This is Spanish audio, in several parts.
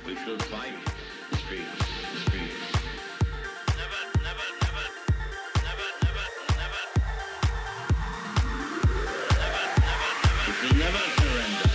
We should fight the streets. The streets. Never, never, never, never, never, never, never, never, never. We should never surrender.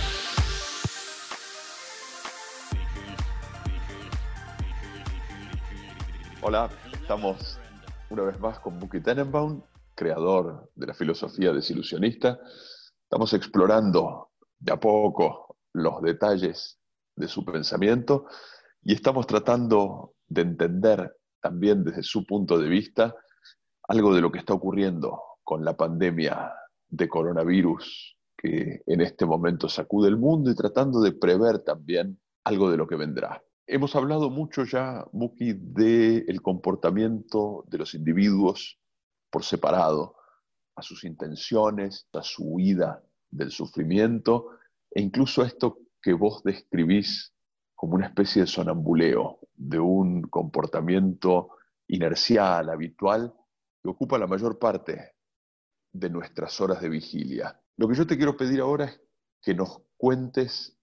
Hola, estamos una vez más con Buki Tenenbaum, creador de la filosofía desilusionista. Estamos explorando de a poco los detalles de su pensamiento y estamos tratando de entender también desde su punto de vista algo de lo que está ocurriendo con la pandemia de coronavirus que en este momento sacude el mundo y tratando de prever también algo de lo que vendrá. Hemos hablado mucho ya, Buki, del comportamiento de los individuos por separado, a sus intenciones, a su huida del sufrimiento, e incluso esto que vos describís como una especie de sonambuleo, de un comportamiento inercial, habitual, que ocupa la mayor parte de nuestras horas de vigilia. Lo que yo te quiero pedir ahora es que nos cuentes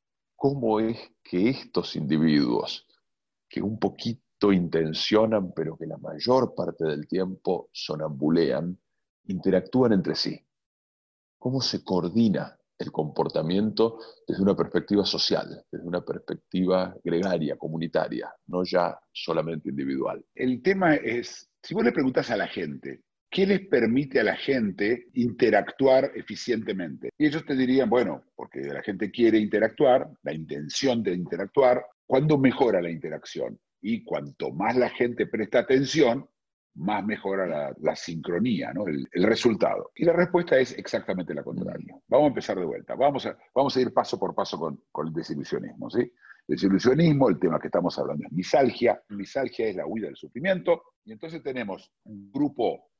cómo es que estos individuos, que un poquito intencionan, pero que la mayor parte del tiempo sonambulean, interactúan entre sí. ¿Cómo se coordina el comportamiento desde una perspectiva social, desde una perspectiva gregaria, comunitaria, no ya solamente individual? El tema es, si vos le preguntás a la gente, ¿qué les permite a la gente interactuar eficientemente? Y ellos te dirían, bueno, porque la gente quiere interactuar, la intención de interactuar. ¿Cuándo mejora la interacción? Y cuanto más la gente presta atención, más mejora la sincronía, ¿no? el resultado. Y la respuesta es exactamente la contraria. Vamos a empezar de vuelta. Vamos a ir paso por paso con el desilusionismo, ¿sí? Desilusionismo, el tema que estamos hablando es misalgia. Misalgia es la huida del sufrimiento. Y entonces tenemos un grupo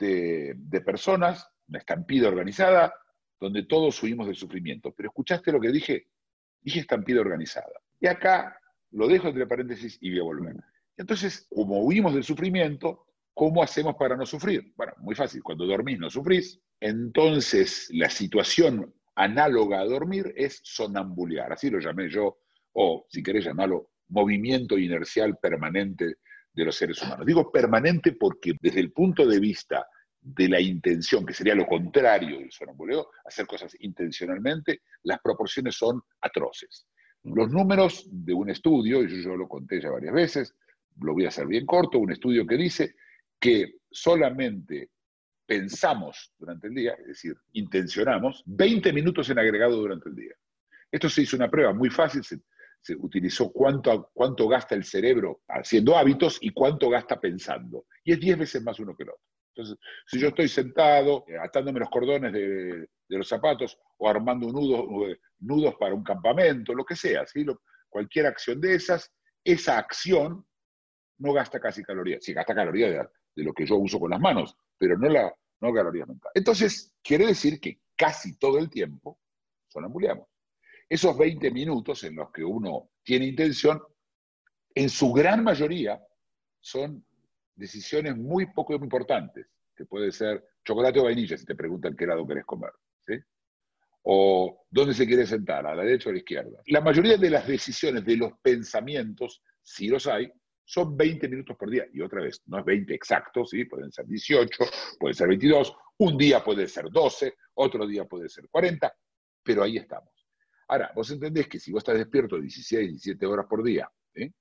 de personas, una estampida organizada, donde todos huimos del sufrimiento. Pero ¿escuchaste lo que dije? Dije estampida organizada. Y acá lo dejo entre paréntesis y voy a volver. Entonces, como huimos del sufrimiento, ¿cómo hacemos para no sufrir? Bueno, muy fácil. Cuando dormís no sufrís. Entonces, la situación análoga a dormir es sonambulear. Así lo llamé yo, o si querés llamarlo, movimiento inercial permanente de los seres humanos. Digo permanente porque desde el punto de vista de la intención, que sería lo contrario del sonambuleo, hacer cosas intencionalmente, las proporciones son atroces. Los números de un estudio, y yo lo conté ya varias veces, lo voy a hacer bien corto, un estudio que dice que solamente pensamos durante el día, es decir, intencionamos, 20 minutos en agregado durante el día. Esto se hizo una prueba muy fácil, se utilizó cuánto gasta el cerebro haciendo hábitos y cuánto gasta pensando. Y es 10 veces más uno que el otro. Entonces, si yo estoy sentado, atándome los cordones de los zapatos o armando nudos para un campamento, lo que sea, ¿sí? Cualquier acción de esa acción no gasta casi calorías. Sí, gasta calorías de lo que yo uso con las manos, pero no calorías mentales. Entonces, quiere decir que casi todo el tiempo sonambuleamos. Esos 20 minutos en los que uno tiene intención, en su gran mayoría, son decisiones muy poco importantes, que puede ser chocolate o vainilla, si te preguntan qué helado querés comer, ¿sí? O dónde se quiere sentar, a la derecha o a la izquierda. La mayoría de las decisiones, de los pensamientos, si los hay, son 20 minutos por día. Y otra vez, no es 20 exactos, ¿sí? Pueden ser 18, pueden ser 22, un día puede ser 12, otro día puede ser 40, pero ahí estamos. Ahora, vos entendés que si vos estás despierto 16, 17 horas por día, ¿sí?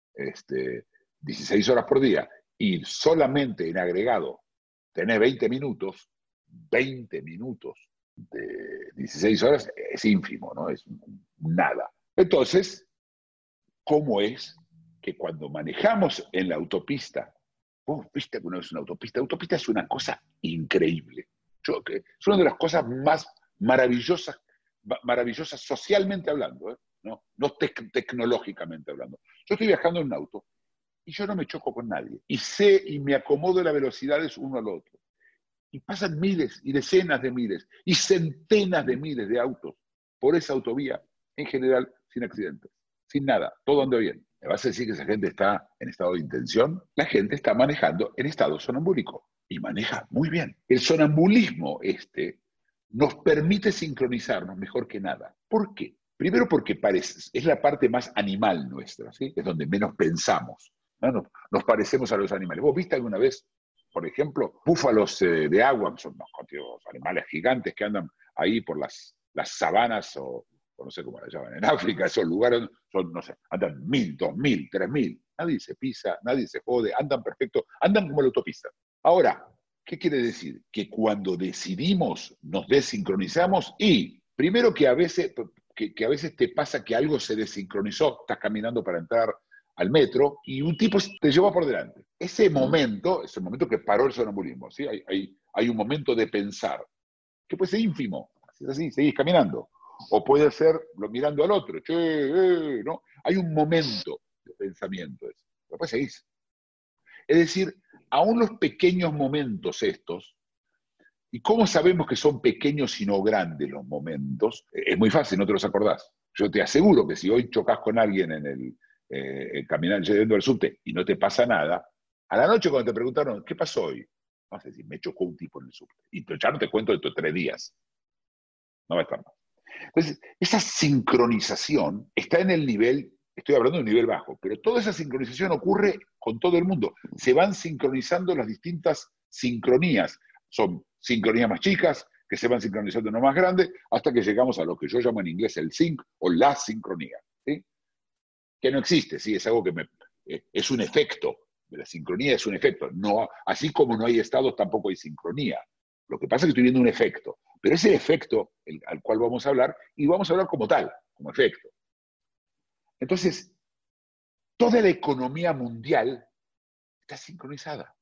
16 horas por día, y solamente en agregado tenés 20 minutos de 16 horas, es ínfimo, ¿no? Es nada. Entonces, ¿cómo es que cuando manejamos en la autopista, vos viste alguna vez una autopista? La autopista es una cosa increíble. Es una de las cosas más maravillosas socialmente hablando, ¿eh? No tecnológicamente hablando. Yo estoy viajando en un auto y yo no me choco con nadie. Y sé y me acomodo las velocidades uno al otro. Y pasan miles y decenas de miles y centenas de miles de autos por esa autovía, en general sin accidentes, sin nada, todo anda bien. ¿Me vas a decir que esa gente está en estado de intención? La gente está manejando en estado sonambúlico y maneja muy bien. El sonambulismo nos permite sincronizarnos mejor que nada. ¿Por qué? Primero porque es la parte más animal nuestra, ¿sí? Es donde menos pensamos, ¿no? Nos parecemos a los animales. ¿Vos viste alguna vez, por ejemplo, búfalos de agua? Son unos animales gigantes que andan ahí por las sabanas o no sé cómo la llaman, en África, esos lugares, no sé, andan 1000, 2000, 3000. Nadie se pisa, nadie se jode, andan perfecto, andan como la autopista. Ahora, ¿qué quiere decir? Que cuando decidimos, nos desincronizamos y, primero que a veces te pasa que algo se desincronizó, estás caminando para entrar al metro y un tipo te lleva por delante. Ese momento que paró el sonambulismo, ¿sí? Hay un momento de pensar, que puede ser ínfimo, así, seguís caminando. O puede ser mirando al otro, ¿no? Hay un momento de pensamiento, después seguís. Es decir, aún los pequeños momentos estos, ¿y cómo sabemos que son pequeños y no grandes los momentos? Es muy fácil, no te los acordás. Yo te aseguro que si hoy chocas con alguien en el caminando yendo al subte y no te pasa nada, a la noche cuando te preguntaron, ¿qué pasó hoy? No sé si me chocó un tipo en el subte. Y ya no te cuento de tus 3 días. No va a estar más. Entonces, esa sincronización está en el nivel, estoy hablando de un nivel bajo, pero toda esa sincronización ocurre con todo el mundo. Se van sincronizando las distintas sincronías. Son sincronías más chicas, que se van sincronizando en lo más grande, hasta que llegamos a lo que yo llamo en inglés el sync o la sincronía, ¿sí? Que no existe, ¿sí? Es algo que es un efecto. La sincronía es un efecto. No, así como no hay estados, tampoco hay sincronía. Lo que pasa es que estoy viendo un efecto. Pero ese efecto al cual vamos a hablar, y vamos a hablar como tal, como efecto. Entonces, toda la economía mundial está sincronizada.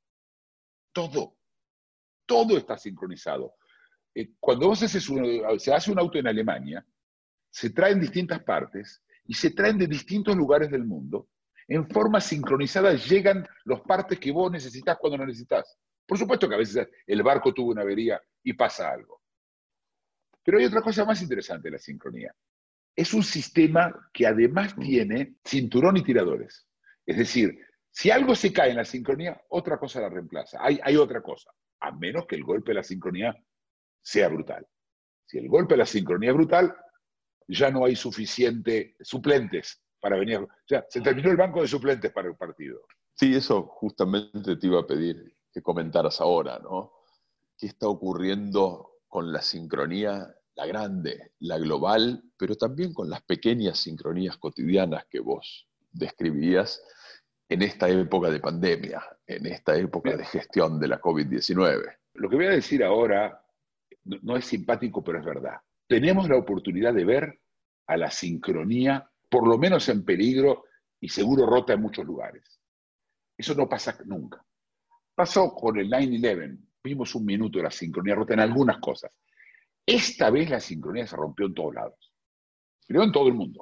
Todo está sincronizado. Cuando se hace un auto en Alemania, se traen distintas partes y se traen de distintos lugares del mundo. En forma sincronizada llegan las partes que vos necesitas cuando lo necesitas. Por supuesto que a veces el barco tuvo una avería y pasa algo. Pero hay otra cosa más interesante de la sincronía. Es un sistema que además tiene cinturón y tiradores. Es decir, si algo se cae en la sincronía, otra cosa la reemplaza. Hay otra cosa, a menos que el golpe de la sincronía sea brutal. Si el golpe de la sincronía es brutal, ya no hay suficientes suplentes para venir. O sea, se terminó el banco de suplentes para el partido. Sí, eso justamente te iba a pedir que comentaras ahora, ¿no? ¿Qué está ocurriendo con la sincronía, la grande, la global, pero también con las pequeñas sincronías cotidianas que vos describías en esta época de pandemia, en esta época de gestión de la COVID-19? Lo que voy a decir ahora no es simpático, pero es verdad. Tenemos la oportunidad de ver a la sincronía, por lo menos en peligro y seguro rota en muchos lugares. Eso no pasa nunca. Pasó con el 9/11, vimos un minuto de la sincronía rota en algunas cosas. Esta vez la sincronía se rompió en todos lados. Pero en todo el mundo.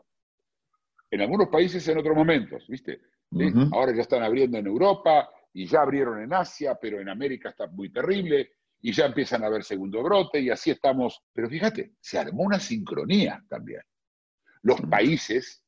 En algunos países en otros momentos, ¿viste? ¿Sí? Ahora ya están abriendo en Europa y ya abrieron en Asia, pero en América está muy terrible y ya empiezan a haber segundo brote y así estamos. Pero fíjate, se armó una sincronía también. Los países,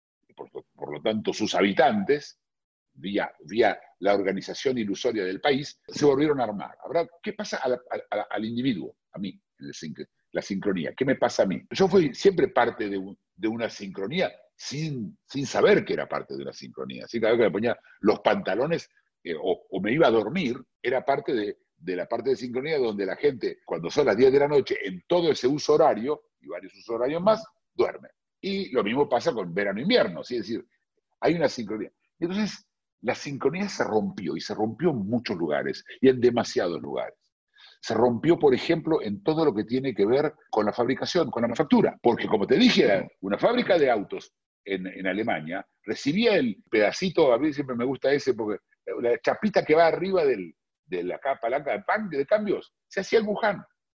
por lo tanto sus habitantes, vía la organización ilusoria del país, se volvieron a armar. ¿Qué pasa al individuo? A mí, la sincronía. ¿Qué me pasa a mí? Yo fui siempre parte de una sincronía sin saber que era parte de una sincronía. Así que cada vez que me ponía los pantalones o me iba a dormir, era parte de la parte de sincronía donde la gente, cuando son las 10 de la noche, en todo ese uso horario, y varios usos horarios más, duerme. Y lo mismo pasa con verano-invierno, ¿sí? Es decir, hay una sincronía. Entonces, la sincronía se rompió, y se rompió en muchos lugares, y en demasiados lugares. Se rompió, por ejemplo, en todo lo que tiene que ver con la fabricación, con la manufactura. Porque, como te dije, una fábrica de autos en Alemania recibía el pedacito, a mí siempre me gusta ese, porque la chapita que va arriba de la palanca de cambios, se hacía en Wuhan.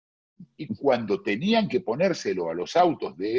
Y cuando tenían que ponérselo a los autos de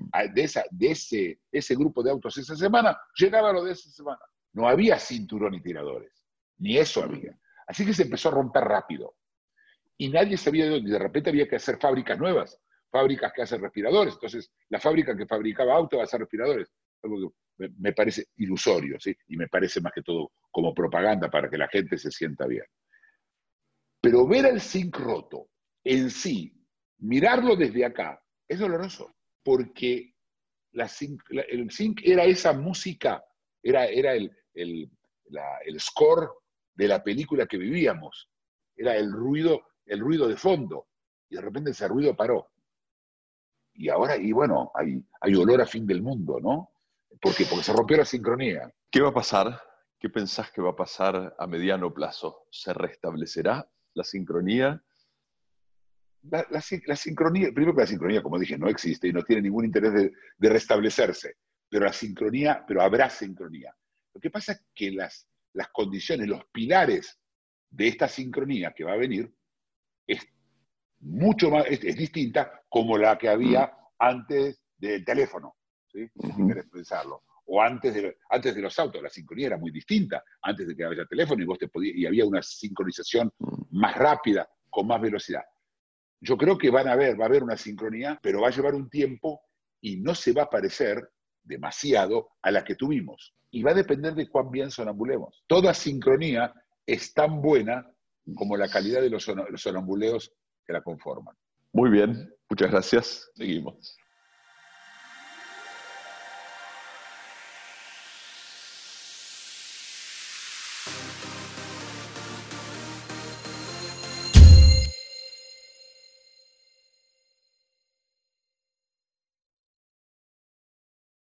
ese grupo de autos esa semana, llegaba lo de esa semana. No había cinturón y tiradores, ni eso había. Así que se empezó a romper rápido. Y nadie sabía de dónde. De repente había que hacer fábricas nuevas, fábricas que hacen respiradores. Entonces, la fábrica que fabricaba autos va a hacer respiradores. Algo que me parece ilusorio, ¿sí? Y me parece más que todo como propaganda para que la gente se sienta bien. Pero ver el zinc roto en sí, mirarlo desde acá, es doloroso, porque el sync era esa música, era el score de la película que vivíamos, era el ruido de fondo, y de repente ese ruido paró. Y ahora, y bueno, hay olor a fin del mundo, ¿no? ¿Por qué? Porque se rompió la sincronía. ¿Qué va a pasar? ¿Qué pensás que va a pasar a mediano plazo? ¿Se restablecerá la sincronía? La sincronía, primero que la sincronía, como dije, no existe y no tiene ningún interés de restablecerse, pero pero habrá sincronía. Lo que pasa es que las condiciones, los pilares de esta sincronía que va a venir es mucho más, es distinta como la que había antes del teléfono, ¿sí? Si querés pensarlo. O antes de los autos, la sincronía era muy distinta. Antes de que haya teléfono y vos y había una sincronización más rápida, con más velocidad. Yo creo que va a haber una sincronía, pero va a llevar un tiempo y no se va a parecer demasiado a la que tuvimos. Y va a depender de cuán bien sonambulemos. Toda sincronía es tan buena como la calidad de los sonambuleos que la conforman. Muy bien, muchas gracias. Seguimos.